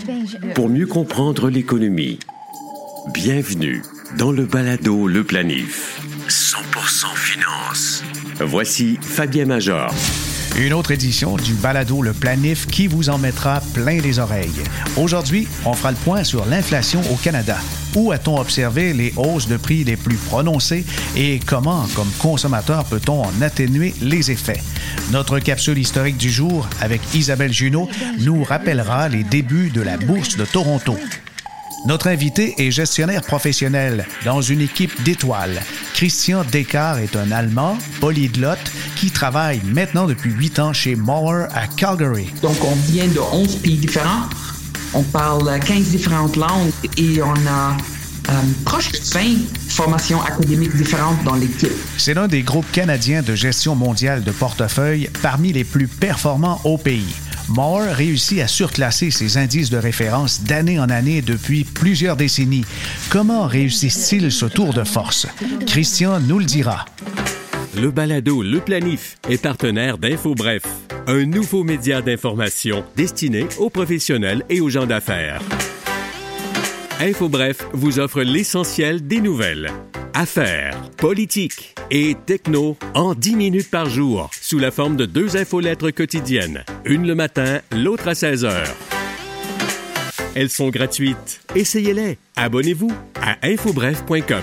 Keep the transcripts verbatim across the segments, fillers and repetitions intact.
pour mieux comprendre l'économie. Bienvenue dans le balado Le Planif. cent pour cent finance. Voici Fabien Major. Une autre édition du balado Le Planif qui vous en mettra plein les oreilles. Aujourd'hui, on fera le point sur l'inflation au Canada. Où a-t-on observé les hausses de prix les plus prononcées et comment, comme consommateur, peut-on en atténuer les effets? Notre capsule historique du jour avec Isabelle Junot nous rappellera les débuts de la Bourse de Toronto. Notre invité est gestionnaire professionnel dans une équipe d'étoiles. Christian Descartes est un Allemand polyglotte qui travaille maintenant depuis huit ans chez Mauer à Calgary. Donc, on vient de onze pays différents. On parle quinze différentes langues et on a euh, proche de vingt formations académiques différentes dans l'équipe. C'est l'un des groupes canadiens de gestion mondiale de portefeuille parmi les plus performants au pays. Mauer réussit à surclasser ses indices de référence d'année en année depuis plusieurs décennies. Comment réussissent-ils ce tour de force? Christian nous le dira. Le balado Le Planif est partenaire d'InfoBref, un nouveau média d'information destiné aux professionnels et aux gens d'affaires. InfoBref vous offre l'essentiel des nouvelles. Affaires, politique et techno en dix minutes par jour, sous la forme de deux infolettres quotidiennes, une le matin, l'autre à seize heures. Elles sont gratuites. Essayez-les. Abonnez-vous à infobref point com.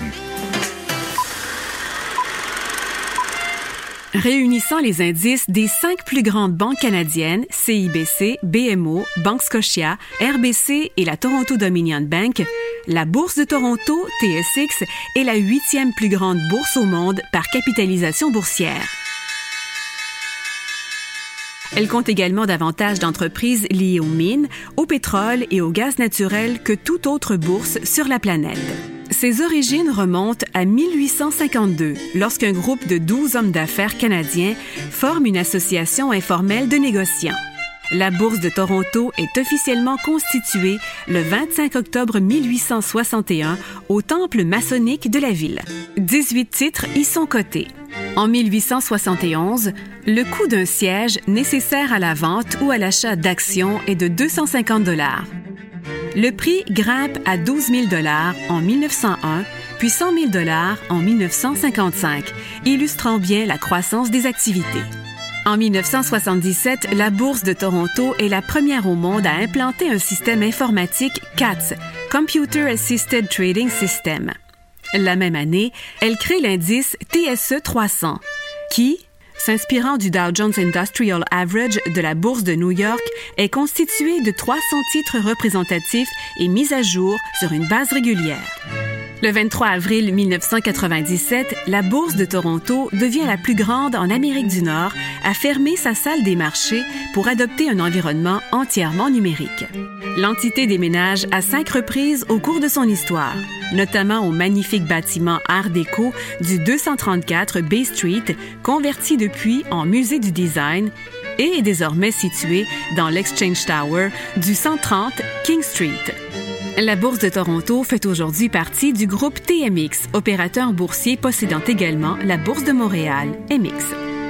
Réunissant les indices des cinq plus grandes banques canadiennes, C I B C, B M O, Banque Scotia, R B C et la Toronto Dominion Bank, la Bourse de Toronto, T S X, est la huitième plus grande bourse au monde par capitalisation boursière. Elle compte également davantage d'entreprises liées aux mines, au pétrole et au gaz naturel que toute autre bourse sur la planète. Ses origines remontent à mille huit cent cinquante-deux, lorsqu'un groupe de douze hommes d'affaires canadiens forme une association informelle de négociants. La Bourse de Toronto est officiellement constituée le vingt-cinq octobre mille huit cent soixante et un au temple maçonnique de la ville. dix-huit titres y sont cotés. En mille huit cent soixante et onze, le coût d'un siège nécessaire à la vente ou à l'achat d'actions est de deux cent cinquante dollars. Le prix grimpe à douze mille dollars en mille neuf cent un, puis cent mille dollars en mille neuf cent cinquante-cinq, illustrant bien la croissance des activités. En mille neuf cent soixante-dix-sept, la Bourse de Toronto est la première au monde à implanter un système informatique C A T S, Computer Assisted Trading System. La même année, elle crée l'indice T S E trois cents, qui, s'inspirant du Dow Jones Industrial Average de la Bourse de New York, est constitué de trois cents titres représentatifs et mis à jour sur une base régulière. Le vingt-trois avril mille neuf cent quatre-vingt-dix-sept, la Bourse de Toronto devient la plus grande en Amérique du Nord à fermer sa salle des marchés pour adopter un environnement entièrement numérique. L'entité déménage à cinq reprises au cours de son histoire, notamment au magnifique bâtiment Art déco du deux cent trente-quatre Bay Street, converti depuis en musée du design, et est désormais situé dans l'Exchange Tower du cent trente King Street. La Bourse de Toronto fait aujourd'hui partie du groupe T M X, opérateur boursier possédant également la Bourse de Montréal, M X.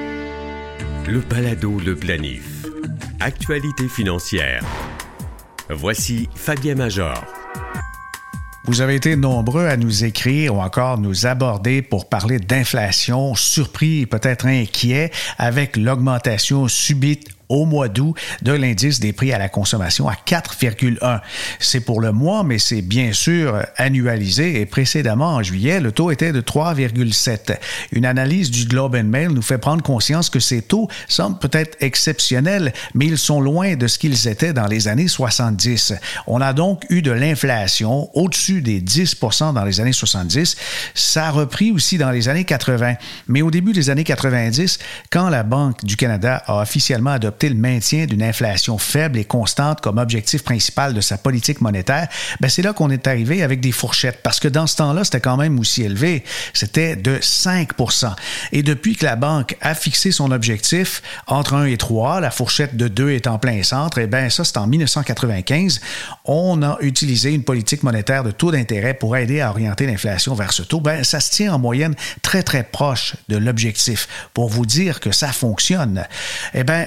Le balado Le Planif. Actualité financière. Voici Fabien Major. Vous avez été nombreux à nous écrire ou encore nous aborder pour parler d'inflation, surpris et peut-être inquiets avec l'augmentation subite au mois d'août de l'indice des prix à la consommation à quatre virgule un. C'est pour le mois, mais c'est bien sûr annualisé et précédemment, en juillet, le taux était de trois virgule sept. Une analyse du Globe and Mail nous fait prendre conscience que ces taux semblent peut-être exceptionnels, mais ils sont loin de ce qu'ils étaient dans les années soixante-dix. On a donc eu de l'inflation au-dessus des dix pour cent dans les années soixante-dix. Ça a repris aussi dans les années quatre-vingts. Mais au début des années quatre-vingt-dix, quand la Banque du Canada a officiellement adopté le maintien d'une inflation faible et constante comme objectif principal de sa politique monétaire, ben c'est là qu'on est arrivé avec des fourchettes. Parce que dans ce temps-là, c'était quand même aussi élevé. C'était de cinq pour cent. Et depuis que la Banque a fixé son objectif entre un et trois, la fourchette de deux est en plein centre, et bien ça, c'est en dix-neuf cent quatre-vingt-quinze, on a utilisé une politique monétaire de taux d'intérêt pour aider à orienter l'inflation vers ce taux. Ben, ça se tient en moyenne très, très proche de l'objectif. Pour vous dire que ça fonctionne, eh bien, euh, l'inflation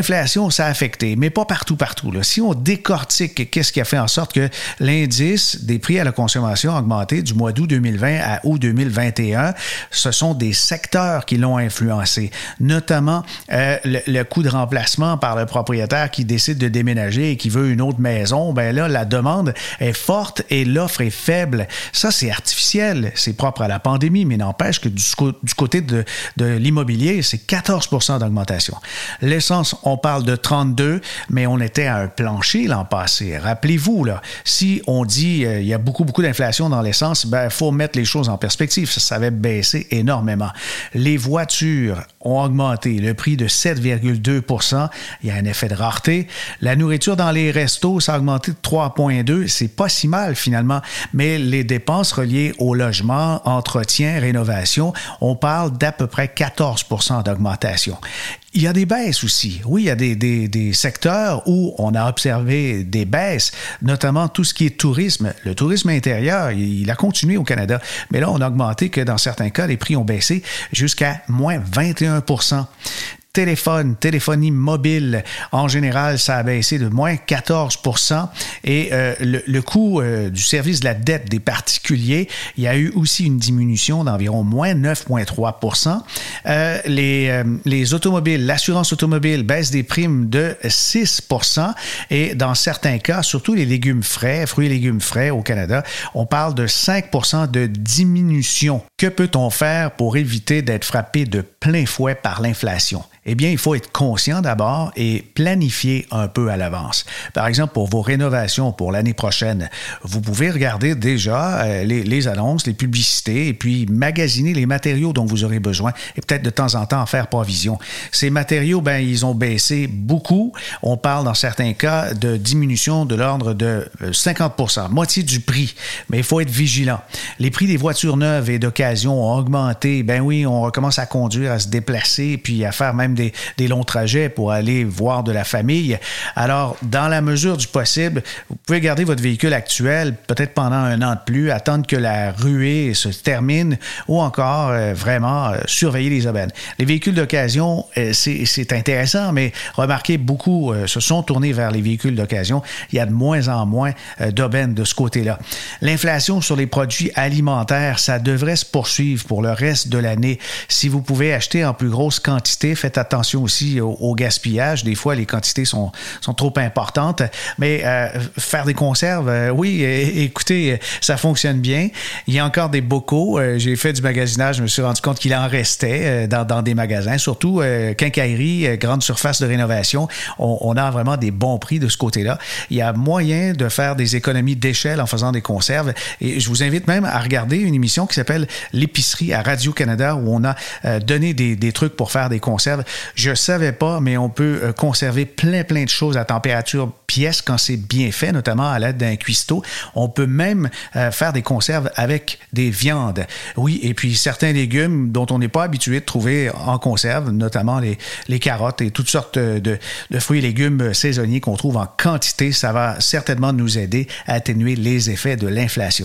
l'inflation, ça a affecté, mais pas partout, partout. Là. Si on décortique qu'est-ce qui a fait en sorte que l'indice des prix à la consommation a augmenté du mois d'août deux mille vingt à août deux mille vingt et un, ce sont des secteurs qui l'ont influencé, notamment euh, le, le coût de remplacement par le propriétaire qui décide de déménager et qui veut une autre maison. Ben là, la demande est forte et l'offre est faible. Ça, c'est artificiel, c'est propre à la pandémie, mais n'empêche que du, du côté de, de l'immobilier, c'est quatorze pour cent d'augmentation. L'essence, on parle de trente-deux, mais on était à un plancher l'an passé. Rappelez-vous, là, si on dit euh, il y a beaucoup, beaucoup d'inflation dans l'essence, ben, il faut mettre les choses en perspective. Ça, ça avait baissé énormément. Les voitures ont augmenté le prix de sept virgule deux pour cent. Il y a un effet de rareté. La nourriture dans les restos, ça a augmenté de trois virgule deux. C'est pas si mal, finalement. Mais les dépenses reliées au logement, entretien, rénovation, on parle d'à peu près quatorze pour cent d'augmentation. Il y a des baisses aussi. Oui, il y a des, des, des secteurs où on a observé des baisses, notamment tout ce qui est tourisme. Le tourisme intérieur, il a continué au Canada, mais là, on a augmenté que dans certains cas, les prix ont baissé jusqu'à moins vingt et un pour cent. Téléphone, téléphonie mobile, en général, ça a baissé de moins quatorze pour cent. Et euh, le, le coût euh, du service de la dette des particuliers, il y a eu aussi une diminution d'environ moins neuf virgule trois pour cent. Euh, les, euh, les automobiles, l'assurance automobile baisse des primes de six pour cent. Et dans certains cas, surtout les légumes frais, fruits et légumes frais au Canada, on parle de cinq pour cent de diminution. Que peut-on faire pour éviter d'être frappé de plein fouet par l'inflation? Eh bien, il faut être conscient d'abord et planifier un peu à l'avance. Par exemple, pour vos rénovations pour l'année prochaine, vous pouvez regarder déjà euh, les, les annonces, les publicités et puis magasiner les matériaux dont vous aurez besoin et peut-être de temps en temps en faire provision. Ces matériaux, ben, ils ont baissé beaucoup. On parle dans certains cas de diminution de l'ordre de cinquante pour cent, moitié du prix. Mais il faut être vigilant. Les prix des voitures neuves et d'occasion ont augmenté. Ben oui, on recommence à conduire, à se déplacer puis à faire même Des, des longs trajets pour aller voir de la famille. Alors, dans la mesure du possible, vous pouvez garder votre véhicule actuel peut-être pendant un an de plus, attendre que la ruée se termine ou encore euh, vraiment euh, surveiller les aubaines. Les véhicules d'occasion, euh, c'est, c'est intéressant, mais remarquez, beaucoup euh, se sont tournés vers les véhicules d'occasion. Il y a de moins en moins euh, d'aubaines de ce côté-là. L'inflation sur les produits alimentaires, ça devrait se poursuivre pour le reste de l'année. Si vous pouvez acheter en plus grosse quantité, faites attention aussi au, au gaspillage. Des fois, les quantités sont, sont trop importantes. Mais euh, faire des conserves, euh, oui, é- écoutez, ça fonctionne bien. Il y a encore des bocaux. Euh, j'ai fait du magasinage. Je me suis rendu compte qu'il en restait euh, dans, dans des magasins. Surtout euh, quincaillerie, euh, grande surface de rénovation. On, on a vraiment des bons prix de ce côté-là. Il y a moyen de faire des économies d'échelle en faisant des conserves. Et je vous invite même à regarder une émission qui s'appelle L'épicerie à Radio-Canada où on a euh, donné des, des trucs pour faire des conserves. Je savais pas, mais on peut euh, conserver plein, plein de choses à température pièce quand c'est bien fait, notamment à l'aide d'un cuistot. On peut même euh, faire des conserves avec des viandes. Oui, et puis certains légumes dont on n'est pas habitué de trouver en conserve, notamment les, les carottes et toutes sortes de, de fruits et légumes saisonniers qu'on trouve en quantité. Ça va certainement nous aider à atténuer les effets de l'inflation.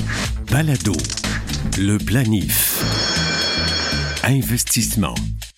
Balado, le planif. Investissement.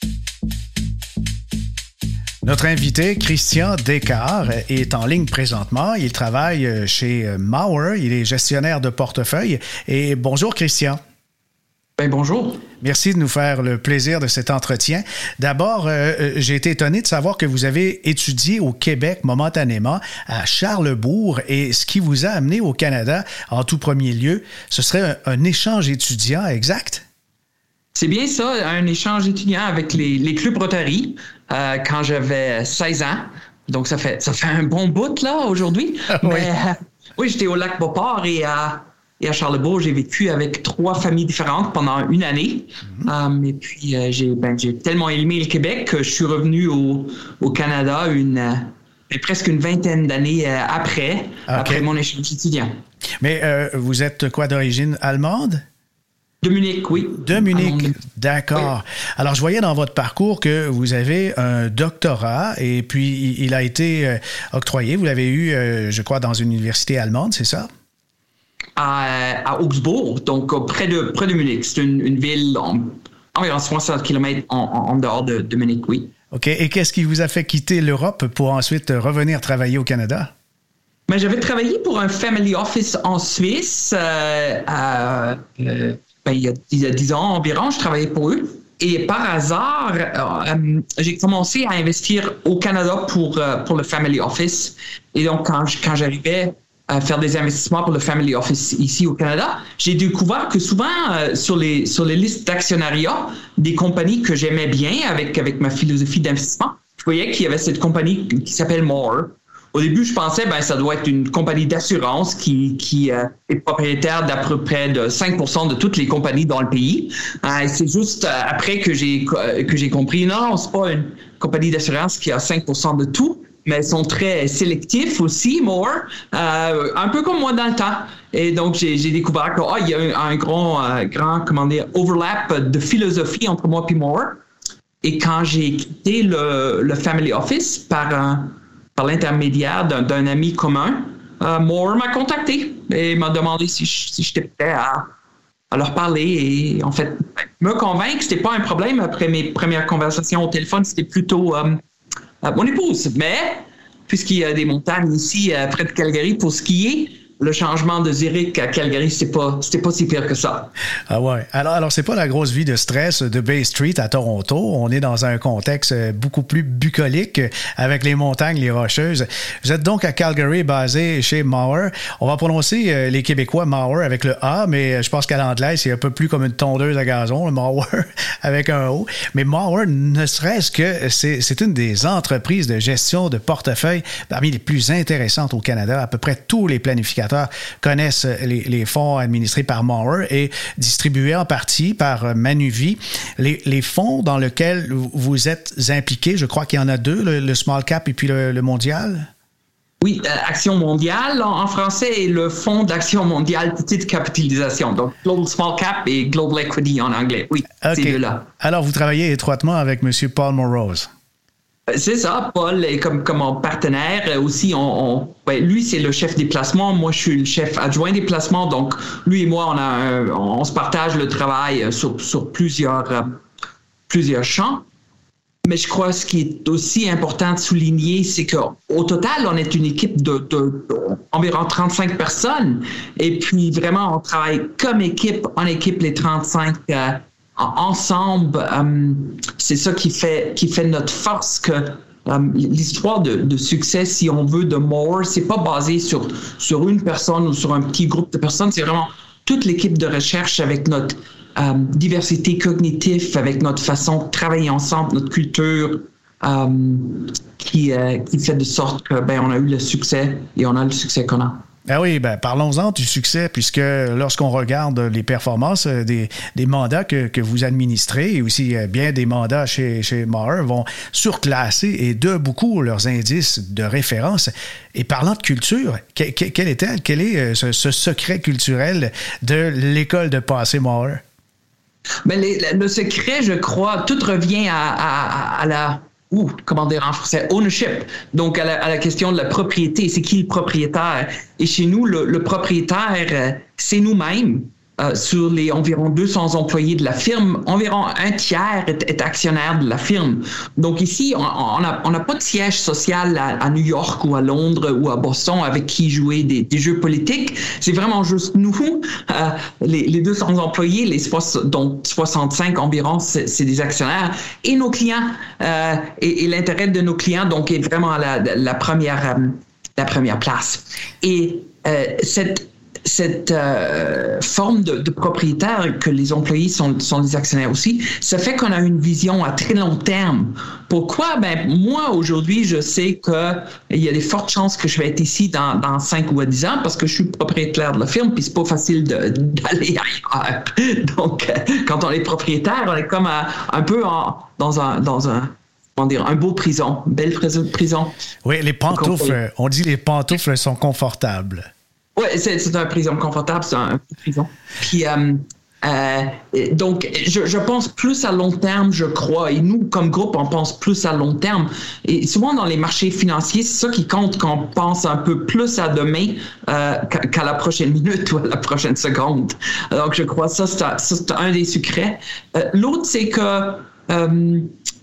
Notre invité, Christian Descartes, est en ligne présentement. Il travaille chez Mauer. Il est gestionnaire de portefeuille. Et bonjour, Christian. Ben bonjour. Merci de nous faire le plaisir de cet entretien. D'abord, euh, j'ai été étonné de savoir que vous avez étudié au Québec momentanément, à Charlesbourg, et ce qui vous a amené au Canada en tout premier lieu, ce serait un, un échange étudiant, exact? C'est bien ça, un échange étudiant avec les, les clubs Rotary euh, quand j'avais seize ans. Donc, ça fait, ça fait un bon bout, là, aujourd'hui. Ah, oui. Mais, euh, oui, j'étais au Lac-Beauport et à, et à Charlesbourg. J'ai vécu avec trois familles différentes pendant une année. Mm-hmm. Um, et puis, euh, j'ai, ben, j'ai tellement aimé le Québec que je suis revenu au, au Canada une, euh, presque une vingtaine d'années euh, après, okay. après mon échange étudiant. Mais euh, vous êtes quoi, d'origine allemande? De Munich, oui. De Munich, d'accord. Oui. Alors, je voyais dans votre parcours que vous avez un doctorat et puis il a été euh, octroyé. Vous l'avez eu, euh, je crois, dans une université allemande, c'est ça? À, à Augsbourg, donc près de, près de Munich. C'est une, une ville en, environ soixante kilomètres en, en, en dehors de, de Munich, oui. OK. Et qu'est-ce qui vous a fait quitter l'Europe pour ensuite revenir travailler au Canada? Ben, j'avais travaillé pour un family office en Suisse euh, à, euh, ben, il, y a, il y a dix ans environ. Je travaillais pour eux. Et par hasard, euh, j'ai commencé à investir au Canada pour, euh, pour le family office. Et donc, quand, quand j'arrivais à faire des investissements pour le family office ici au Canada, j'ai découvert que souvent, euh, sur, les, sur les listes d'actionnariat des compagnies que j'aimais bien avec, avec ma philosophie d'investissement, je voyais qu'il y avait cette compagnie qui s'appelle More. Au début, je pensais ben ça doit être une compagnie d'assurance qui, qui euh, est propriétaire d'à peu près de cinq pour cent de toutes les compagnies dans le pays. Euh, c'est juste euh, après que j'ai que j'ai compris, non, c'est pas une compagnie d'assurance qui a cinq pour cent de tout, mais ils sont très sélectifs aussi, More, euh, un peu comme moi dans le temps. Et donc, j'ai, j'ai découvert qu'il oh, y a un, un grand, euh, grand, comment dire, overlap de philosophie entre moi et More. Et quand j'ai quitté le, le family office par un par l'intermédiaire d'un, d'un ami commun, euh, More m'a contacté et m'a demandé si, je, si j'étais prêt à, à leur parler et en fait, me convaincre que c'était pas un problème. Après mes premières conversations au téléphone, c'était plutôt euh, euh, mon épouse. Mais, puisqu'il y a des montagnes ici euh, près de Calgary pour skier, le changement de Zurich à Calgary, c'était pas, c'était pas si pire que ça. Ah ouais. Alors, alors c'est pas la grosse vie de stress de Bay Street à Toronto. On est dans un contexte beaucoup plus bucolique avec les montagnes, les rocheuses. Vous êtes donc à Calgary, basé chez Mauer. On va prononcer euh, les Québécois Mauer avec le A, mais je pense qu'à l'anglais, c'est un peu plus comme une tondeuse à gazon, le Mauer avec un O. Mais Mauer, ne serait-ce que c'est, c'est une des entreprises de gestion de portefeuille parmi les plus intéressantes au Canada. À peu près tous les planificateurs connaissent les, les fonds administrés par Mauer et distribués en partie par Manuvie. Les, les fonds dans lesquels vous êtes impliqués, je crois qu'il y en a deux, le, le Small Cap et puis le, le Mondial? Oui, euh, Action mondiale en, en français et le Fonds d'Action mondiale petite capitalisation. Donc, Global Small Cap et Global Equity en anglais. Oui, okay. Ces deux-là. Alors, vous travaillez étroitement avec M. Paul Morose. C'est ça, Paul est comme, comme mon partenaire. Aussi, on, on, ben, lui, c'est le chef des placements. Moi, je suis le chef adjoint des placements. Donc, lui et moi, on, a un, on se partage le travail sur, sur plusieurs, euh, plusieurs champs. Mais je crois que ce qui est aussi important de souligner, c'est qu'au total, on est une équipe de, de, de environ trente-cinq personnes. Et puis, vraiment, on travaille comme équipe, en équipe, les trente-cinq euh, ensemble. Um, c'est ça qui fait, qui fait notre force, que um, l'histoire de, de succès, si on veut, de More, c'est pas basé sur, sur une personne ou sur un petit groupe de personnes. C'est vraiment toute l'équipe de recherche avec notre um, diversité cognitive, avec notre façon de travailler ensemble, notre culture, um, qui, euh, qui fait de sorte que ben, on a eu le succès et on a le succès qu'on a. Ah oui, ben parlons-en du succès, puisque lorsqu'on regarde les performances des, des mandats que, que vous administrez et aussi bien des mandats chez, chez Mauer vont surclasser et de beaucoup leurs indices de référence. Et parlant de culture, que, que, quel est-elle? Quel est ce, ce secret culturel de l'école de pensée Mauer? Ben les, le secret, je crois, tout revient à, à, à la... Ouh, comment dire en français, ownership. Donc, à la, à la question de la propriété, c'est qui le propriétaire? Et chez nous, le, le propriétaire, euh, c'est nous-mêmes. Euh, sur les environ deux cents employés de la firme, environ un tiers est, est actionnaire de la firme. Donc ici, on n'a on a pas de siège social à, à New York ou à Londres ou à Boston avec qui jouer des, des jeux politiques. C'est vraiment juste nous, euh, les, les deux cents employés, les soix- dont soixante-cinq environ, c'est, c'est des actionnaires, et nos clients. Euh, et, et l'intérêt de nos clients, donc, est vraiment à la, la, première, euh, la première place. Et euh, cette Cette euh, forme de, de propriétaire que les employés sont, sont les actionnaires aussi, ça fait qu'on a une vision à très long terme. Pourquoi? Ben, moi, aujourd'hui, je sais qu'il y a des fortes chances que je vais être ici dans, dans cinq ou dix ans parce que je suis propriétaire de la firme, puis c'est pas facile de, d'aller ailleurs. Donc, quand on est propriétaire, on est comme à, un peu en, dans un... Dans un comment dire, un beau prison, une belle prison. Oui, les pantoufles, on dit les pantoufles sont confortables. Oui, c'est, c'est un prison confortable, c'est un, un prison. Puis, euh, euh, donc, je, je pense plus à long terme, je crois. Et nous, comme groupe, on pense plus à long terme. Et souvent, dans les marchés financiers, c'est ça qui compte, qu'on pense un peu plus à demain euh, qu'à la prochaine minute ou à la prochaine seconde. Donc, je crois que ça, c'est un, ça, c'est un des secrets. Euh, l'autre, c'est que... Euh,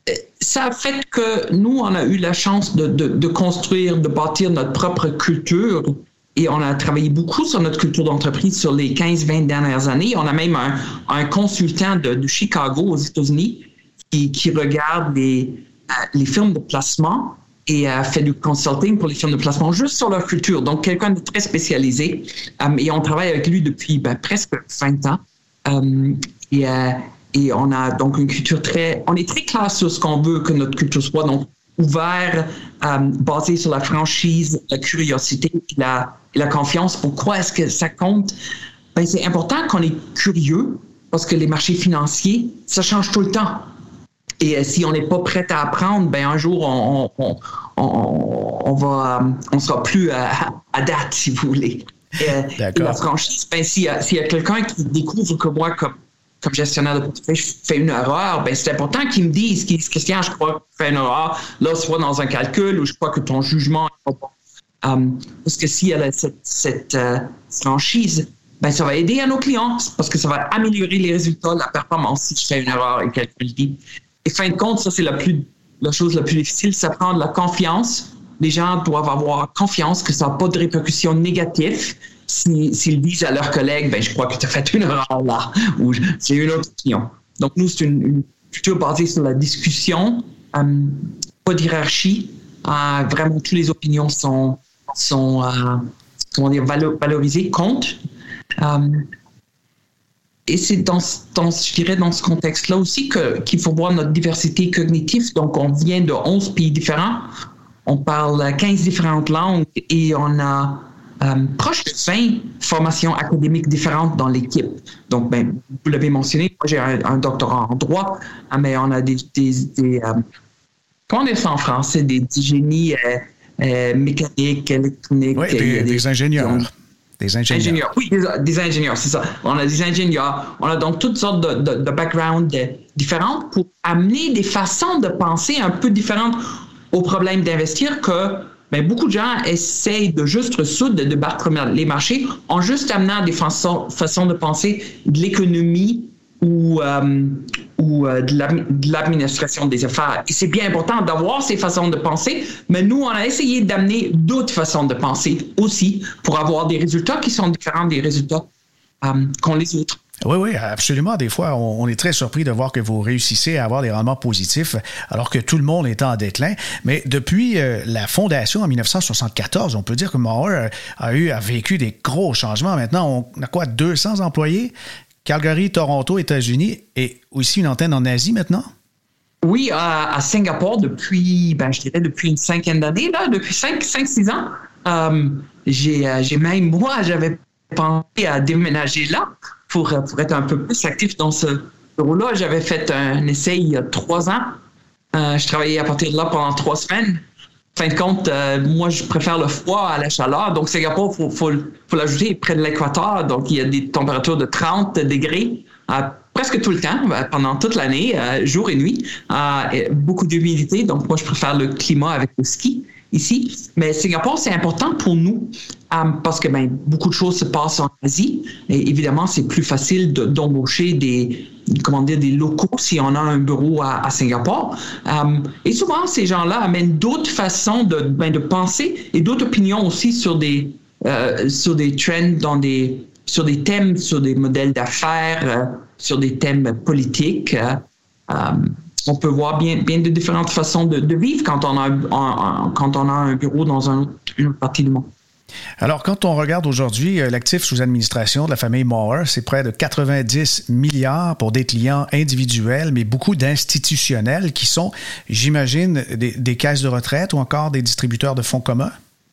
ça a fait que nous, on a eu la chance de, de, de construire, de bâtir notre propre culture. Et on a travaillé beaucoup sur notre culture d'entreprise sur les quinze vingt dernières années. On a même un, un consultant de, de Chicago aux États-Unis qui, qui regarde les, euh, les firmes de placement et a fait du consulting pour les firmes de placement juste sur leur culture. Donc, quelqu'un de très spécialisé. Um, et on travaille avec lui depuis ben, presque vingt ans. Um, et, euh, et on a donc une culture très... On est très clair sur ce qu'on veut que notre culture soit. Donc, ouvert, um, basé sur la franchise, la curiosité et la, et la confiance. Pourquoi est-ce que ça compte? Ben, c'est important qu'on est curieux parce que les marchés financiers, ça change tout le temps. Et euh, si on n'est pas prêt à apprendre, ben un jour, on, on, on, on va, on sera plus à, à date, si vous voulez. Et, et la franchise, ben, s'il y a, s'il y a quelqu'un qui découvre que moi, comme, comme gestionnaire de portefeuille, je fais une erreur, ben c'est important qu'il me dise qu'est-ce que je crois que je fais une erreur, là, soit dans un calcul ou je crois que ton jugement n'est pas bon. Um, parce que s'il y a cette, cette uh, franchise, ben ça va aider à nos clients parce que ça va améliorer les résultats, la performance si je fais une erreur et quelqu'un le dit. Et fin de compte, ça, c'est la, plus, la chose la plus difficile, ça prend de la confiance. Les gens doivent avoir confiance que ça n'a pas de répercussions négatives. Si, s'ils disent à leurs collègues, ben, je crois que tu as fait une erreur là, ou c'est une autre opinion. Donc, nous, c'est une, une culture basée sur la discussion, euh, pas d'hierarchie. Euh, vraiment, toutes les opinions sont, sont euh, comment dire, valorisées, comptent. Euh, Et c'est dans, dans, je dirais, dans ce contexte-là aussi que, qu'il faut voir notre diversité cognitive. Donc, on vient de onze pays différents. On parle quinze différentes langues et on a euh, proche de vingt formations académiques différentes dans l'équipe. Donc, ben, vous l'avez mentionné, moi, j'ai un, un doctorat en droit, mais on a des... des, des euh, comment on dit ça en français? Des, des génies euh, euh, mécaniques, électroniques. Oui, des, des, des ingénieurs. Ont, Des ingénieurs. ingénieurs. Oui, des, des ingénieurs, c'est ça. On a des ingénieurs. On a donc toutes sortes de, de, de backgrounds différents pour amener des façons de penser un peu différentes au problème d'investir que ben, beaucoup de gens essayent de juste résoudre, de battre les marchés en juste amenant des façons, façons de penser de l'économie ou, euh, ou euh, de, la, de l'administration des affaires. Et c'est bien important d'avoir ces façons de penser, mais nous, on a essayé d'amener d'autres façons de penser aussi pour avoir des résultats qui sont différents des résultats euh, qu'ont les autres. Oui, oui, absolument. Des fois, on, on est très surpris de voir que vous réussissez à avoir des rendements positifs alors que tout le monde est en déclin. Mais depuis euh, la fondation en dix-neuf cent soixante-quatorze, on peut dire que Mauer a, eu, a vécu des gros changements. Maintenant, on a quoi, deux cents employés? Calgary, Toronto, États-Unis et aussi une antenne en Asie maintenant? Oui, à, à Singapour depuis, ben, je dirais depuis une cinquaine d'années, là, depuis cinq, six ans. Euh, j'ai, j'ai même, moi, j'avais pensé à déménager là pour, pour être un peu plus actif dans ce bureau-là. J'avais fait un essai il y a trois ans. Euh, je travaillais à partir de là pendant trois semaines. En fin de compte, euh, moi, je préfère le froid à la chaleur. Donc, Singapour, il faut, faut, faut l'ajouter près de l'équateur. Donc, il y a des températures de trente degrés euh, presque tout le temps, pendant toute l'année, euh, jour et nuit. Euh, et beaucoup d'humidité. Donc, moi, je préfère le climat avec le ski ici. Mais Singapour, c'est important pour nous euh, parce que ben, beaucoup de choses se passent en Asie. Et évidemment, c'est plus facile de, d'embaucher des... comment dire, des locaux si on a un bureau à, à Singapour. Um, et souvent, ces gens-là amènent d'autres façons de, ben, de penser et d'autres opinions aussi sur des, euh, sur des trends, dans des, sur des thèmes, sur des modèles d'affaires, euh, sur des thèmes politiques. Euh, um, on peut voir bien, bien de différentes façons de, de vivre quand on, a, en, en, quand on a un bureau dans un, une autre partie du monde. Alors, quand on regarde aujourd'hui l'actif sous administration de la famille Mauer, c'est près de quatre-vingt-dix milliards pour des clients individuels, mais beaucoup d'institutionnels qui sont, j'imagine, des, des caisses de retraite ou encore des distributeurs de fonds communs?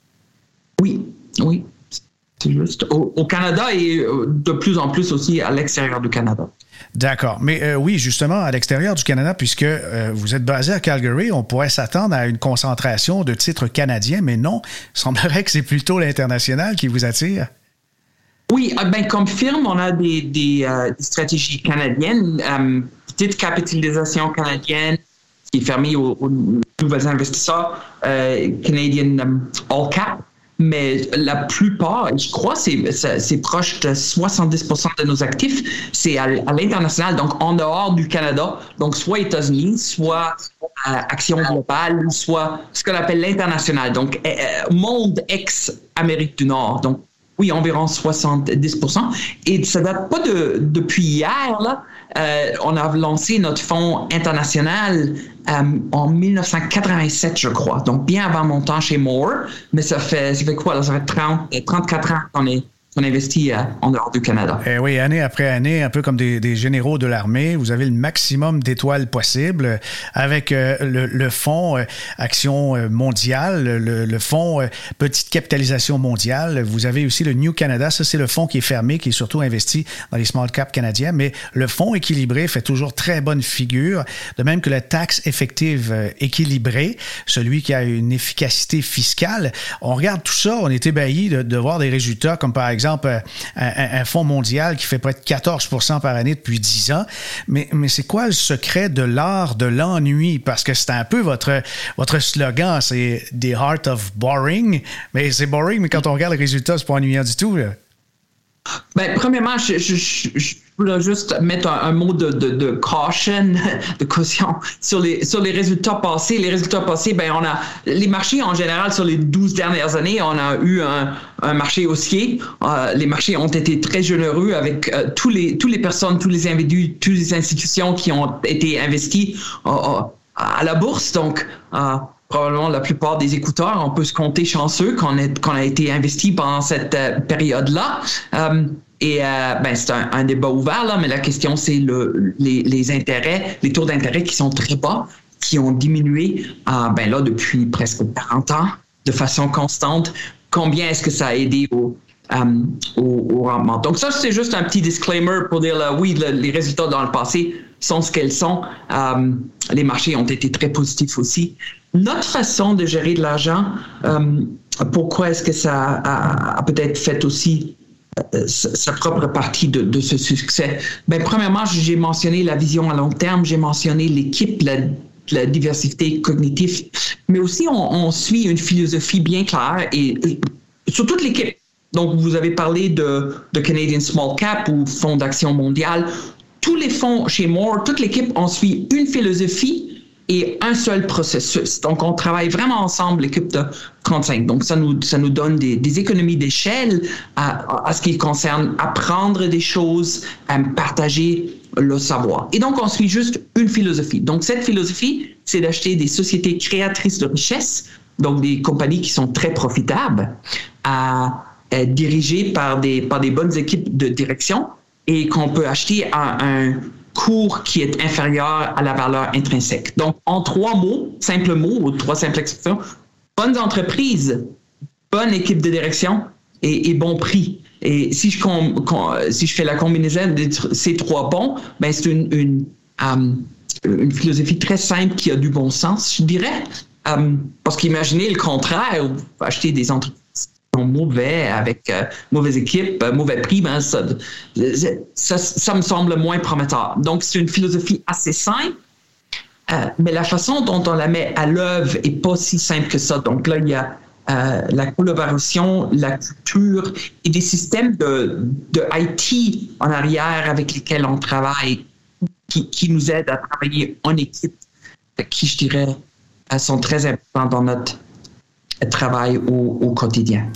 Oui, oui, c'est juste. Au, au Canada et de plus en plus aussi à l'extérieur du Canada. D'accord. Mais euh, oui, justement, à l'extérieur du Canada, puisque euh, vous êtes basé à Calgary, on pourrait s'attendre à une concentration de titres canadiens, mais non, il semblerait que c'est plutôt l'international qui vous attire. Oui, ben, comme firme, on a des, des, euh, des stratégies canadiennes, euh, petite capitalisation canadienne qui est fermée aux, aux nouveaux investisseurs, euh, Canadian um, All Cap. mais la plupart, je crois, c'est, c'est, c'est proche de soixante-dix pour cent de nos actifs, c'est à, à l'international, donc en dehors du Canada, donc soit États-Unis, soit euh, Action globale, soit ce qu'on appelle l'international, donc euh, monde ex-Amérique du Nord. Donc, oui, environ soixante-dix pour cent. Et ça date pas de depuis hier, là. Euh, on a lancé notre fonds international euh, en dix-neuf cent quatre-vingt-sept, je crois. Donc, bien avant mon temps chez Moore. Mais ça fait, ça fait quoi, là? Ça fait trente, trente-quatre ans qu'on est qu'on investit euh, en dehors du Canada. Eh oui, année après année, un peu comme des, des généraux de l'armée, vous avez le maximum d'étoiles possible avec euh, le, le fonds euh, Action mondiale, le, le fonds euh, Petite capitalisation mondiale. Vous avez aussi le New Canada, ça c'est le fonds qui est fermé, qui est surtout investi dans les small caps canadiens, mais le fonds équilibré fait toujours très bonne figure, de même que la taxe effective euh, équilibrée, celui qui a une efficacité fiscale. On regarde tout ça, on est ébahi de, de voir des résultats comme par exemple exemple, un, un fonds mondial qui fait près de quatorze pour cent par année depuis dix ans. Mais, mais c'est quoi le secret de l'art de l'ennui? Parce que c'est un peu votre, votre slogan, c'est « The Art of Boring ». Mais c'est boring, mais quand on regarde les résultats, c'est pas ennuyant du tout, là. Ben, premièrement, je, je, je, je voulais juste mettre un, un mot de, de, de caution, de caution sur les, sur les résultats passés. Les résultats passés, ben, on a, les marchés en général, sur les douze dernières années, on a eu un, un marché haussier. Euh, les marchés ont été très généreux avec euh, tous les, tous les personnes, tous les individus, toutes les institutions qui ont été investies euh, à la bourse. Donc, euh, probablement la plupart des écouteurs, on peut se compter chanceux qu'on, est, qu'on a été investi pendant cette euh, période-là. Euh, et euh, ben, c'est un, un débat ouvert, là, mais la question, c'est le, les, les intérêts, les taux d'intérêt qui sont très bas, qui ont diminué euh, ben, là, depuis presque quarante ans de façon constante. Combien est-ce que ça a aidé au, euh, au, au rendement? Donc ça, c'est juste un petit disclaimer pour dire, là, oui, le, les résultats dans le passé sont ce qu'elles sont. Euh, les marchés ont été très positifs aussi. Notre façon de gérer de l'argent, euh, pourquoi est-ce que ça a, a peut-être fait aussi euh, sa propre partie de, de ce succès? Ben, premièrement, j'ai mentionné la vision à long terme, j'ai mentionné l'équipe, la, la diversité cognitive, mais aussi on, on suit une philosophie bien claire et, et sur toute l'équipe. Donc, vous avez parlé de, de Canadian Small Cap ou Fonds d'Action mondiale. Tous les fonds chez Moore, toute l'équipe, on suit une philosophie et un seul processus. Donc, on travaille vraiment ensemble, l'équipe de trente-cinq. Donc, ça nous, ça nous donne des, des économies d'échelle à, à ce qui concerne apprendre des choses, à partager le savoir. Et donc, on suit juste une philosophie. Donc, cette philosophie, c'est d'acheter des sociétés créatrices de richesse, donc des compagnies qui sont très profitables, à, à dirigées par des, par des bonnes équipes de direction et qu'on peut acheter à un cours qui est inférieur à la valeur intrinsèque. Donc, en trois mots, simples mots, ou trois simples expressions, bonnes entreprises, bonne équipe de direction et, et bon prix. Et si je, com, com, si je fais la combinaison de ces trois bons, ben c'est une, une, um, une philosophie très simple qui a du bon sens, je dirais. Um, parce qu'imaginez le contraire, vous achetez des entreprises mauvais, avec euh, mauvaise équipe, euh, mauvais prix, ben ça, ça, ça me semble moins prometteur. Donc, c'est une philosophie assez simple, euh, mais la façon dont on la met à l'œuvre est pas si simple que ça. Donc là, il y a euh, la collaboration, la culture et des systèmes de, de I T en arrière avec lesquels on travaille qui, qui nous aident à travailler en équipe, qui, je dirais, sont très importants dans notre travail au, au quotidien.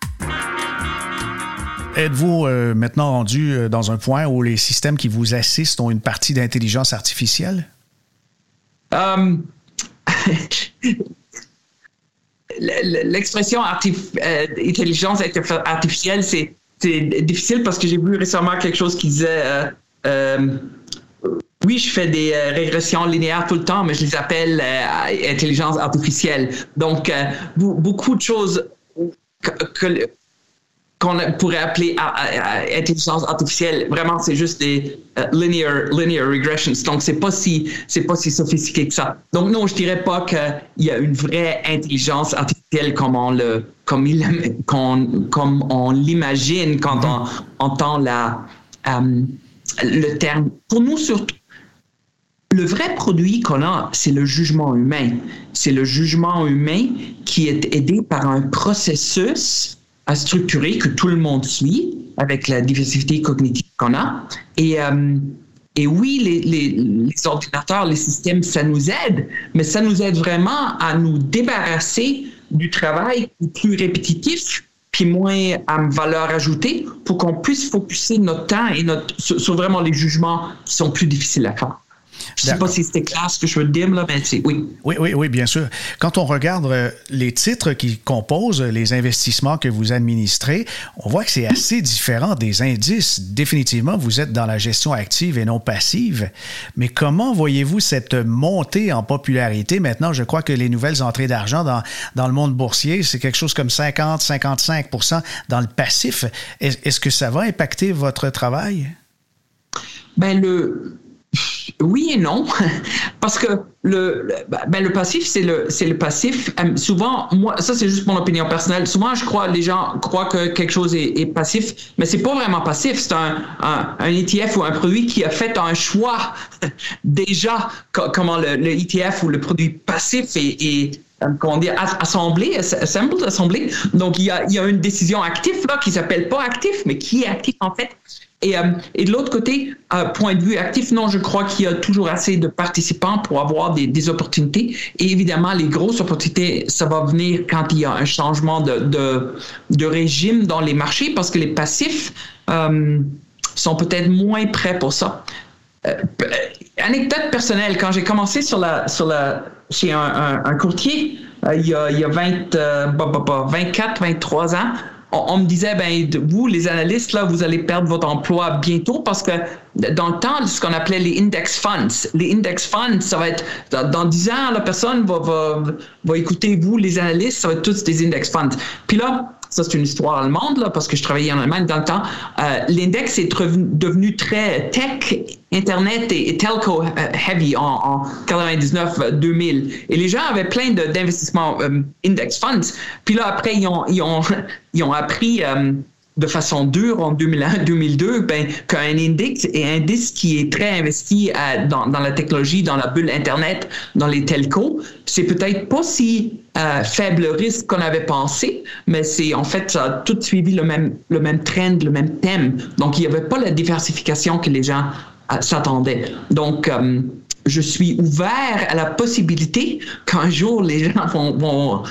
Êtes-vous euh, maintenant rendu euh, dans un point où les systèmes qui vous assistent ont une partie d'intelligence artificielle? Um, l'expression artif- euh, intelligence artificielle, c'est, c'est difficile parce que j'ai vu récemment quelque chose qui disait euh, euh, oui, je fais des euh, régressions linéaires tout le temps, mais je les appelle euh, intelligence artificielle. Donc, euh, beaucoup de choses que, que, qu'on pourrait appeler à, à, à intelligence artificielle, vraiment, c'est juste des uh, linear, linear regressions. Donc, c'est pas si, c'est pas si sophistiqué que ça. Donc, non, je dirais pas qu'il y a une vraie intelligence artificielle comme on le, comme il, comme, comme on l'imagine quand on entend la, um, le terme. Pour nous, surtout, le vrai produit qu'on a, c'est le jugement humain. C'est le jugement humain qui est aidé par un processus à structurer que tout le monde suit avec la diversité cognitive qu'on a. Et, euh, et oui, les, les, les ordinateurs, les systèmes, ça nous aide, mais ça nous aide vraiment à nous débarrasser du travail plus répétitif puis moins à valeur ajoutée pour qu'on puisse focuser notre temps et notre, sur, sur vraiment les jugements qui sont plus difficiles à faire. Je ne sais pas si c'était clair ce que je veux dire, là, mais c'est oui. Oui, oui, oui, bien sûr. Quand on regarde euh, les titres qui composent les investissements que vous administrez, on voit que c'est assez différent des indices. Définitivement, vous êtes dans la gestion active et non passive. Mais comment voyez-vous cette montée en popularité? Maintenant, je crois que les nouvelles entrées d'argent dans, dans le monde boursier, c'est quelque chose comme cinquante à cinquante-cinq pour cent dans le passif. Est, est-ce que ça va impacter votre travail? Ben le... Oui et non, parce que le, ben le passif, c'est le, c'est le passif. Souvent, moi, ça c'est juste mon opinion personnelle. Souvent, je crois, les gens croient que quelque chose est, est passif, mais c'est pas vraiment passif. C'est un, un, un E T F ou un produit qui a fait un choix déjà, comment le, le E T F ou le produit passif est, est comment dire, assemblé, assembled, assemblé. Donc, il y a, il y a une décision active là qui s'appelle pas actif, mais qui est actif en fait. Et, euh, et de l'autre côté, euh, point de vue actif, non, je crois qu'il y a toujours assez de participants pour avoir des, des opportunités. Et évidemment, les grosses opportunités, ça va venir quand il y a un changement de, de, de régime dans les marchés parce que les passifs euh, sont peut-être moins prêts pour ça. Euh, anecdote personnelle, quand j'ai commencé sur la, sur la, chez un, un, un courtier, euh, il y a, il y a vingt, euh, bah, bah, bah, vingt-quatre, vingt-trois ans, On, on me disait, ben vous, les analystes, là, vous allez perdre votre emploi bientôt parce que dans le temps, ce qu'on appelait les index funds, les index funds, ça va être, dans, dans dix ans, la personne va, va, va écouter vous, les analystes, ça va être tous des index funds. Puis là, ça c'est une histoire allemande, là, parce que je travaillais en Allemagne dans le temps, euh, l'index est devenu, devenu très tech, Internet et, et telco heavy en, en quatre-vingt-dix-neuf deux mille. Et les gens avaient plein de, d'investissements euh, index funds. Puis là, après, ils ont, ils ont, ils ont appris euh, de façon dure en deux mille un deux mille deux ben, qu'un index est un indice qui est très investi à, dans, dans la technologie, dans la bulle Internet, dans les telcos. C'est peut-être pas si euh, faible risque qu'on avait pensé, mais c'est en fait, ça a tout suivi le même, le même trend, le même thème. Donc, il n'y avait pas la diversification que les gens euh, s'attendaient. Donc, euh, je suis ouvert à la possibilité qu'un jour, les gens vont, vont,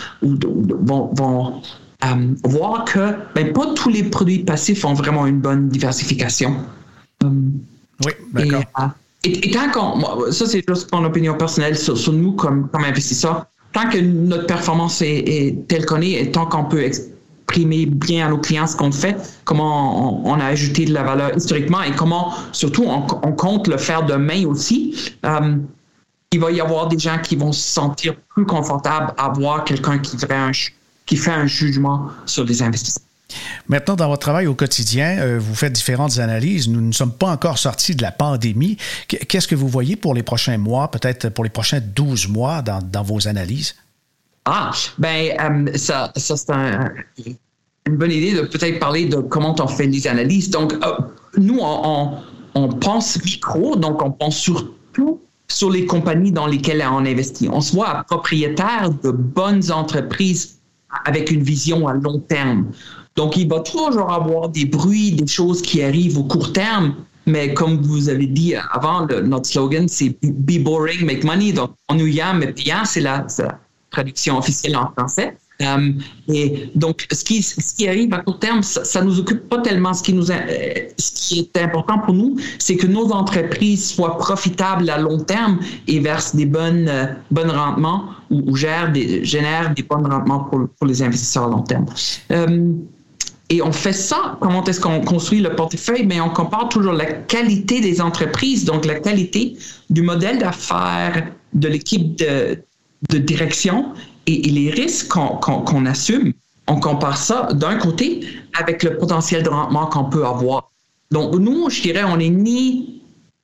vont, vont euh, voir que ben, pas tous les produits passifs ont vraiment une bonne diversification. Euh, oui, d'accord. Et, et, et tant qu'on... Ça, c'est juste mon opinion personnelle sur, sur nous comme, comme investisseurs. Tant que notre performance est, est telle qu'on est, et tant qu'on peut exprimer bien à nos clients ce qu'on fait, comment on, on a ajouté de la valeur historiquement et comment, surtout, on, on compte le faire demain aussi, euh, il va y avoir des gens qui vont se sentir plus confortables à voir quelqu'un qui fait un, qui fait un jugement sur les investissements. Maintenant, dans votre travail au quotidien, euh, vous faites différentes analyses. Nous ne sommes pas encore sortis de la pandémie. Qu'est-ce que vous voyez pour les prochains mois, peut-être pour les prochains douze mois dans, dans vos analyses? Ah, ben euh, ça, ça c'est un, une bonne idée de peut-être parler de comment on fait les analyses. Donc, euh, nous, on, on, on pense micro, donc on pense surtout sur les compagnies dans lesquelles on investit. On se voit propriétaire de bonnes entreprises avec une vision à long terme. Donc, il va toujours avoir des bruits, des choses qui arrivent au court terme, mais comme vous avez dit avant, le, notre slogan, c'est « Be boring, make money ». Donc, ennuyant, mais payant, c'est la, c'est la traduction officielle en français. Um, et donc, ce qui, ce qui arrive à court terme, ça ne nous occupe pas tellement. Ce qui, nous, euh, ce qui est important pour nous, c'est que nos entreprises soient profitables à long terme et versent des bonnes, euh, bons rendements ou, ou gèrent des, génèrent des bons rendements pour, pour les investisseurs à long terme. Um, Et on fait ça, comment est-ce qu'on construit le portefeuille? Mais on compare toujours la qualité des entreprises, donc la qualité du modèle d'affaires de l'équipe de, de direction et, et les risques qu'on, qu'on, qu'on assume. On compare ça d'un côté avec le potentiel de rendement qu'on peut avoir. Donc nous, je dirais, on n'est ni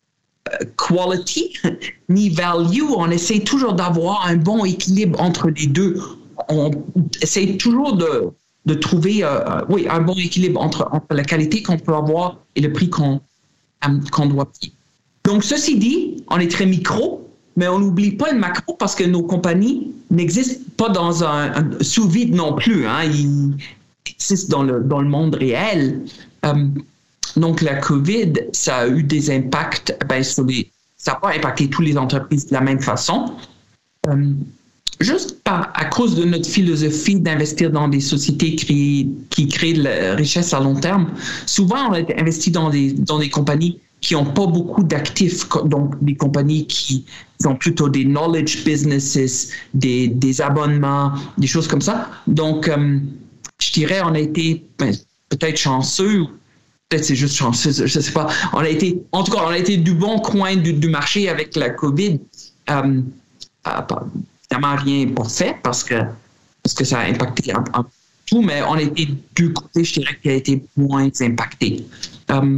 quality ni value. On essaie toujours d'avoir un bon équilibre entre les deux. On essaie toujours de de trouver euh, oui, un bon équilibre entre, entre la qualité qu'on peut avoir et le prix qu'on, euh, qu'on doit payer. Donc, ceci dit, on est très micro, mais on n'oublie pas le macro parce que nos compagnies n'existent pas dans un, un sous-vide non plus. Hein. Ils existent dans le, dans le monde réel. Euh, donc, la COVID, ça a eu des impacts, ben, sur les, ça n'a pas impacté toutes les entreprises de la même façon. Euh, juste par, à cause de notre philosophie d'investir dans des sociétés qui, qui créent de la richesse à long terme, souvent, on a investi dans des, dans des compagnies qui n'ont pas beaucoup d'actifs, donc des compagnies qui ont plutôt des knowledge businesses, des, des abonnements, des choses comme ça. Donc, euh, je dirais, on a été ben, peut-être chanceux, peut-être c'est juste chanceux, je ne sais pas. On a été, en tout cas, on a été du bon coin du, du marché avec la COVID. Euh, euh, évidemment, rien n'est pas fait parce que, parce que ça a impacté en, en tout, mais on a été du côté, je dirais, qui a été moins impacté. Euh,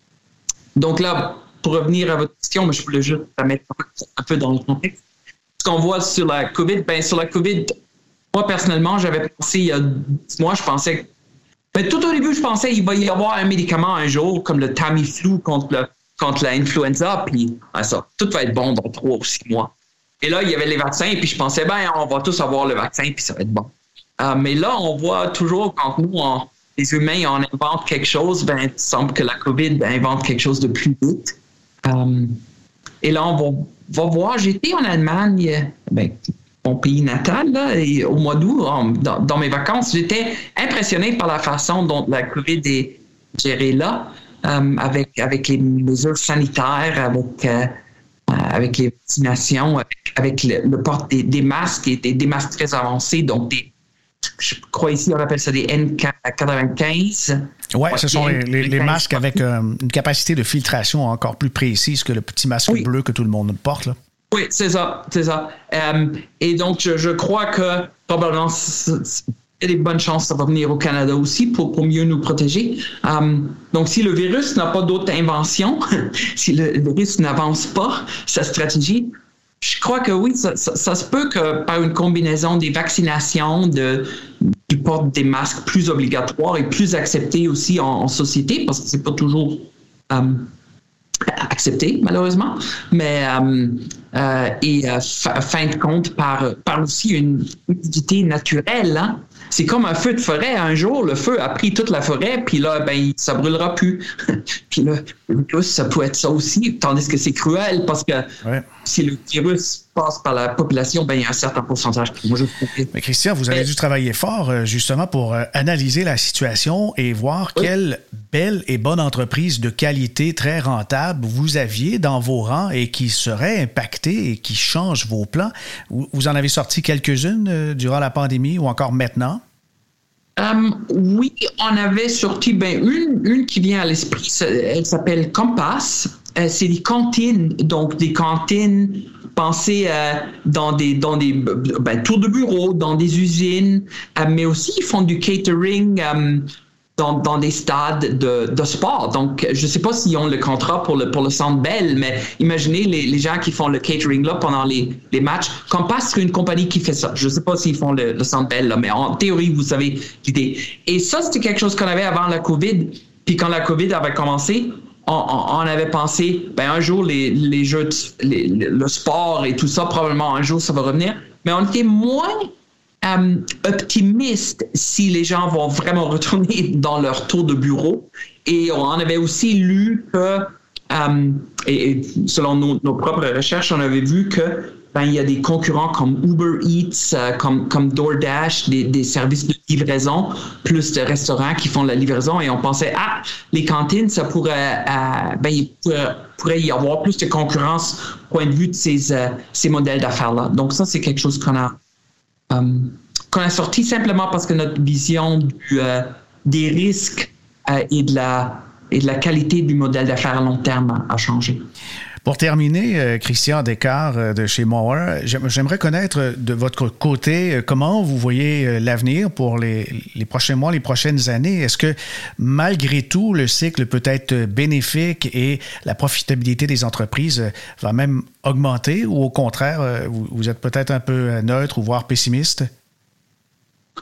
Donc là, pour revenir à votre question, mais je voulais juste la mettre un peu dans le contexte. Ce qu'on voit sur la COVID, bien sur la COVID, moi personnellement, j'avais pensé il y a dix mois, je pensais, ben, tout au début, je pensais qu'il va y avoir un médicament un jour, comme le Tamiflu contre, le, contre l'influenza, puis ah, ça, tout va être bon dans trois ou six mois. Et là, il y avait les vaccins, puis je pensais, ben, on va tous avoir le vaccin, puis ça va être bon. Euh, mais là, on voit toujours quand nous, on les humains, on invente quelque chose, ben, il semble que la COVID ben, invente quelque chose de plus vite. Um, et là, on va, va voir. J'étais en Allemagne, ben, mon pays natal, là, et au mois d'août, dans, dans mes vacances, j'étais impressionné par la façon dont la COVID est gérée là, um, avec, avec les mesures sanitaires, avec, euh, avec les vaccinations, avec, avec le, le port des, des masques, et des, des masques très avancés, donc des je crois ici, on appelle ça des N quatre-vingt-quinze. Oui, ce sont les, les, les masques avec euh, une capacité de filtration encore plus précise que le petit masque oui. bleu que tout le monde porte. Là. Oui, c'est ça, c'est ça. Um, et donc, je, je crois que probablement, il y a des bonnes chances que ça va venir au Canada aussi pour, pour mieux nous protéger. Um, donc, si le virus n'a pas d'autre invention, si le, le virus n'avance pas sa stratégie, je crois que oui, ça, ça, ça se peut que par une combinaison des vaccinations, de, du port des masques plus obligatoires et plus acceptés aussi en, en société, parce que c'est pas toujours euh, accepté, malheureusement, mais euh, euh, et euh, f- fin de compte par, par aussi une humidité naturelle. Hein? C'est comme un feu de forêt. Un jour, le feu a pris toute la forêt, puis là, ben, ça brûlera plus. Puis là, le virus, ça peut être ça aussi, tandis que c'est cruel parce que ouais. si le virus passe par la population, ben, il y a un certain pourcentage qui moi, je trouve. Mais Christian, vous avez Mais, dû travailler fort justement pour analyser la situation et voir oui. quelle belle et bonne entreprise de qualité très rentable vous aviez dans vos rangs et qui serait impactée et qui change vos plans. Vous en avez sorti quelques-unes durant la pandémie ou encore maintenant? Um, oui, on avait sorti ben, une, une qui vient à l'esprit, elle s'appelle Compass. Euh, c'est des cantines, donc des cantines pensées euh, dans des, dans des ben, tours de bureau, dans des usines, euh, mais aussi ils font du catering um, dans, dans des stades de, de sport. Donc, je ne sais pas s'ils ont le contrat pour le, pour le Centre Bell, mais imaginez les, les gens qui font le catering là pendant les, les matchs. Compass, c'est une compagnie qui fait ça. Je ne sais pas s'ils font le, le Centre Bell, là, mais en théorie, vous savez l'idée. Et ça, c'était quelque chose qu'on avait avant la COVID. Puis quand la COVID avait commencé, on, on, on avait pensé, ben un jour, les, les jeux, les, le sport et tout ça, probablement un jour, ça va revenir. Mais on était moins Um, optimiste si les gens vont vraiment retourner dans leur tour de bureau. Et on avait aussi lu que, um, et, et selon nos, nos propres recherches, on avait vu que ben, il y a des concurrents comme Uber Eats, euh, comme, comme DoorDash, des, des services de livraison, plus de restaurants qui font la livraison. Et on pensait, ah, les cantines, ça pourrait, euh, ben, il pourrait, pourrait y avoir plus de concurrence au point de vue de ces, euh, ces modèles d'affaires-là. Donc ça, c'est quelque chose qu'on a Um, qu'on a sorti simplement parce que notre vision du, euh, des risques euh, et, de la, et de la qualité du modèle d'affaires à long terme a, a changé. Pour terminer, euh, Christian Descartes euh, de chez Mower, j'aimerais connaître de votre côté euh, comment vous voyez euh, l'avenir pour les, les prochains mois, les prochaines années. Est-ce que malgré tout, le cycle peut être bénéfique et la profitabilité des entreprises euh, va même augmenter ou au contraire, euh, vous, vous êtes peut-être un peu neutre ou voire pessimiste?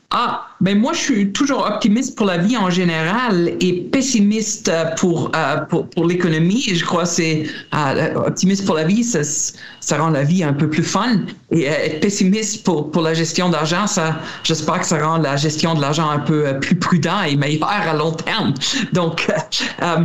Ah, ben moi, je suis toujours optimiste pour la vie en général et pessimiste pour, euh, pour, pour l'économie. Et je crois que c'est euh, optimiste pour la vie, ça, ça rend la vie un peu plus fun. Et euh, être pessimiste pour, pour la gestion d'argent, ça, j'espère que ça rend la gestion de l'argent un peu euh, plus prudent et meilleur à long terme. Donc, euh, euh,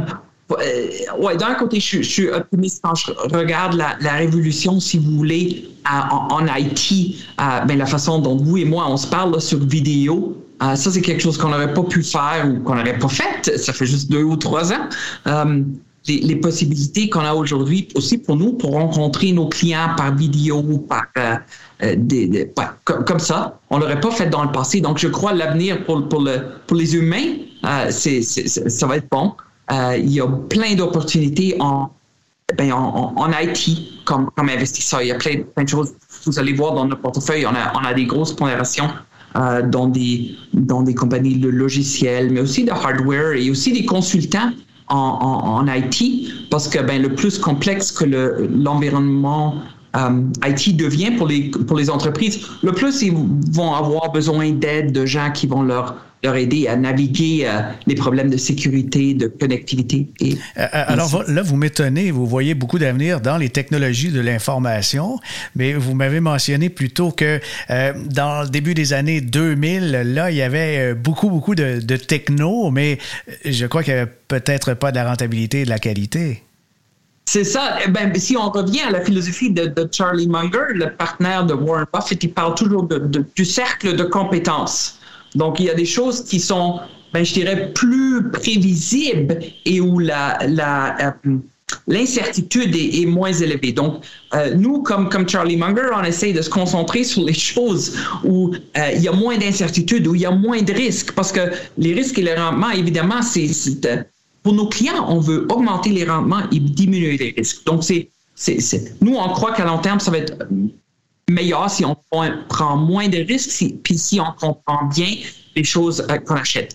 ouais, d'un côté, je, je suis optimiste quand je regarde la, la révolution, si vous voulez, euh, en, en Haïti, euh, ben, la façon dont vous et moi, on se parle là, sur vidéo. Euh, ça, c'est quelque chose qu'on n'aurait pas pu faire ou qu'on n'aurait pas fait. Ça fait juste deux ou trois ans. Euh, les, les possibilités qu'on a aujourd'hui aussi pour nous, pour rencontrer nos clients par vidéo ou par euh, des, des, ouais, comme, comme ça, on l'aurait pas fait dans le passé. Donc, je crois à l'avenir pour, pour, le, pour les humains, euh, c'est, c'est, ça va être bon. Euh, il y a plein d'opportunités en, ben, en, en, en I T comme, comme investisseur. Il y a plein, plein de choses. Vous allez voir dans notre portefeuille, on a, on a des grosses pondérations euh, dans, des, dans des compagnies de logiciels, mais aussi de hardware et aussi des consultants en, en, en I T parce que ben, le plus complexe que le, l'environnement Um, I T devient pour les, pour les entreprises, le plus ils vont avoir besoin d'aide de gens qui vont leur, leur aider à naviguer euh, les problèmes de sécurité, de connectivité. Et, euh, alors là, vous m'étonnez, vous voyez beaucoup d'avenir dans les technologies de l'information, mais vous m'avez mentionné plutôt que euh, dans le début des années deux mille, là, il y avait beaucoup, beaucoup de, de techno, mais je crois qu'il n'y avait peut-être pas de la rentabilité et de la qualité. C'est ça. Ben, si on revient à la philosophie de, de Charlie Munger, le partenaire de Warren Buffett, il parle toujours de, de, du cercle de compétences. Donc, il y a des choses qui sont, ben, je dirais, plus prévisibles et où la, la, euh, l'incertitude est, est moins élevée. Donc, euh, nous, comme, comme Charlie Munger, on essaie de se concentrer sur les choses où euh, il y a moins d'incertitude, où il y a moins de risques. Parce que les risques et les rendements, évidemment, c'est... c'est euh, pour nos clients, on veut augmenter les rendements et diminuer les risques. Donc, c'est, c'est, c'est, nous, on croit qu'à long terme, ça va être meilleur si on prend moins de risques, si, puis si on comprend bien les choses euh, qu'on achète.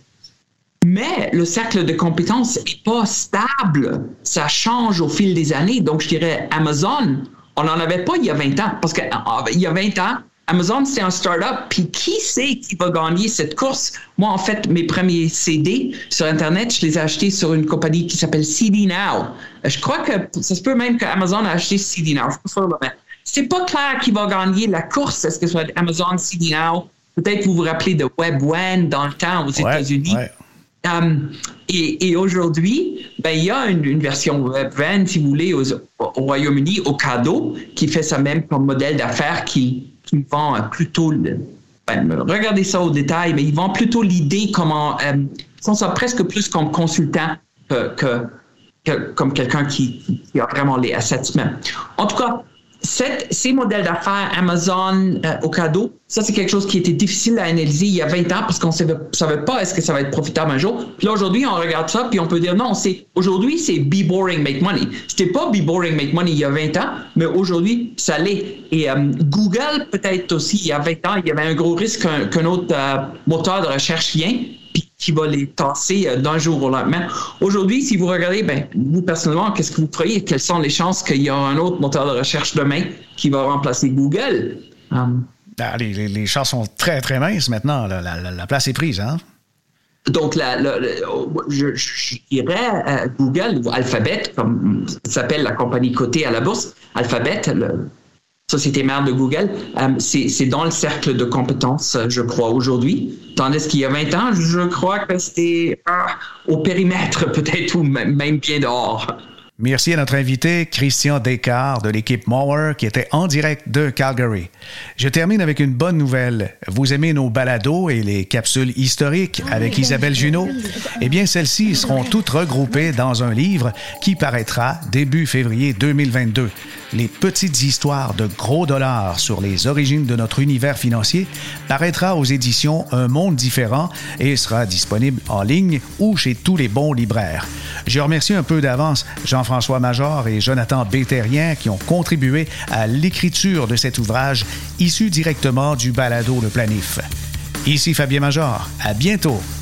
Mais le cercle de compétences n'est pas stable. Ça change au fil des années. Donc, je dirais Amazon, on n'en avait pas il y a vingt ans. Parce qu'il y a vingt ans, Amazon, c'est un start-up, puis qui sait qui va gagner cette course? Moi, en fait, mes premiers C D sur Internet, je les ai achetés sur une compagnie qui s'appelle C D Now. Je crois que ça se peut même qu'Amazon a acheté C D Now. Je ne sais pas clair qui va gagner la course. Est-ce que ça va être Amazon, C D Now? Peut-être vous vous rappelez de WebWAN dans le temps aux ouais, États-Unis. Ouais. Um, et, et aujourd'hui, ben, il y a une, une version WebWAN, si vous voulez, aux, au Royaume-Uni, au Ocado, qui fait ça même comme modèle d'affaires qui qui vend plutôt, ben, regardez ça au détail, mais ils vendent plutôt l'idée comment, euh, ils font ça presque plus comme consultant que, que, que comme quelqu'un qui, qui a vraiment les assets même. En tout cas, cette, ces modèles d'affaires Amazon, euh, Ocado, ça c'est quelque chose qui était difficile à analyser il y a vingt ans parce qu'on ne savait pas est-ce que ça va être profitable un jour. Puis là aujourd'hui, on regarde ça puis on peut dire non, c'est aujourd'hui c'est be boring, make money. C'était pas be boring, make money il y a vingt ans, mais aujourd'hui ça l'est. Et euh, Google peut-être aussi il y a vingt ans, il y avait un gros risque qu'un, qu'un autre euh, moteur de recherche vient puis qui va les tasser euh, d'un jour au lendemain. Aujourd'hui, si vous regardez, ben vous personnellement, qu'est-ce que vous feriez? Quelles sont les chances qu'il y aura un autre moteur de recherche demain qui va remplacer Google? Um, ah, les, les, les chances sont très, très minces maintenant. La, la, la place est prise, hein? Donc, la, la, la, je, je dirais euh, Google ou Alphabet, comme ça s'appelle la compagnie cotée à la bourse, Alphabet, la société mère de Google, euh, c'est, c'est dans le cercle de compétences, je crois, aujourd'hui. Tandis qu'il y a vingt ans, je crois que c'était ah, au périmètre peut-être ou même, même bien dehors. Merci à notre invité, Christian Descartes de l'équipe Mower, qui était en direct de Calgary. Je termine avec une bonne nouvelle. Vous aimez nos balados et les capsules historiques avec Isabelle Junot? Eh bien, celles-ci seront toutes regroupées dans un livre qui paraîtra début février deux mille vingt-deux. Les petites histoires de gros dollars sur les origines de notre univers financier paraîtra aux éditions Un Monde Différent et sera disponible en ligne ou chez tous les bons libraires. Je remercie un peu d'avance Jean-François Major et Jonathan Bétérien qui ont contribué à l'écriture de cet ouvrage issu directement du balado Le Planif. Ici Fabien Major. À bientôt.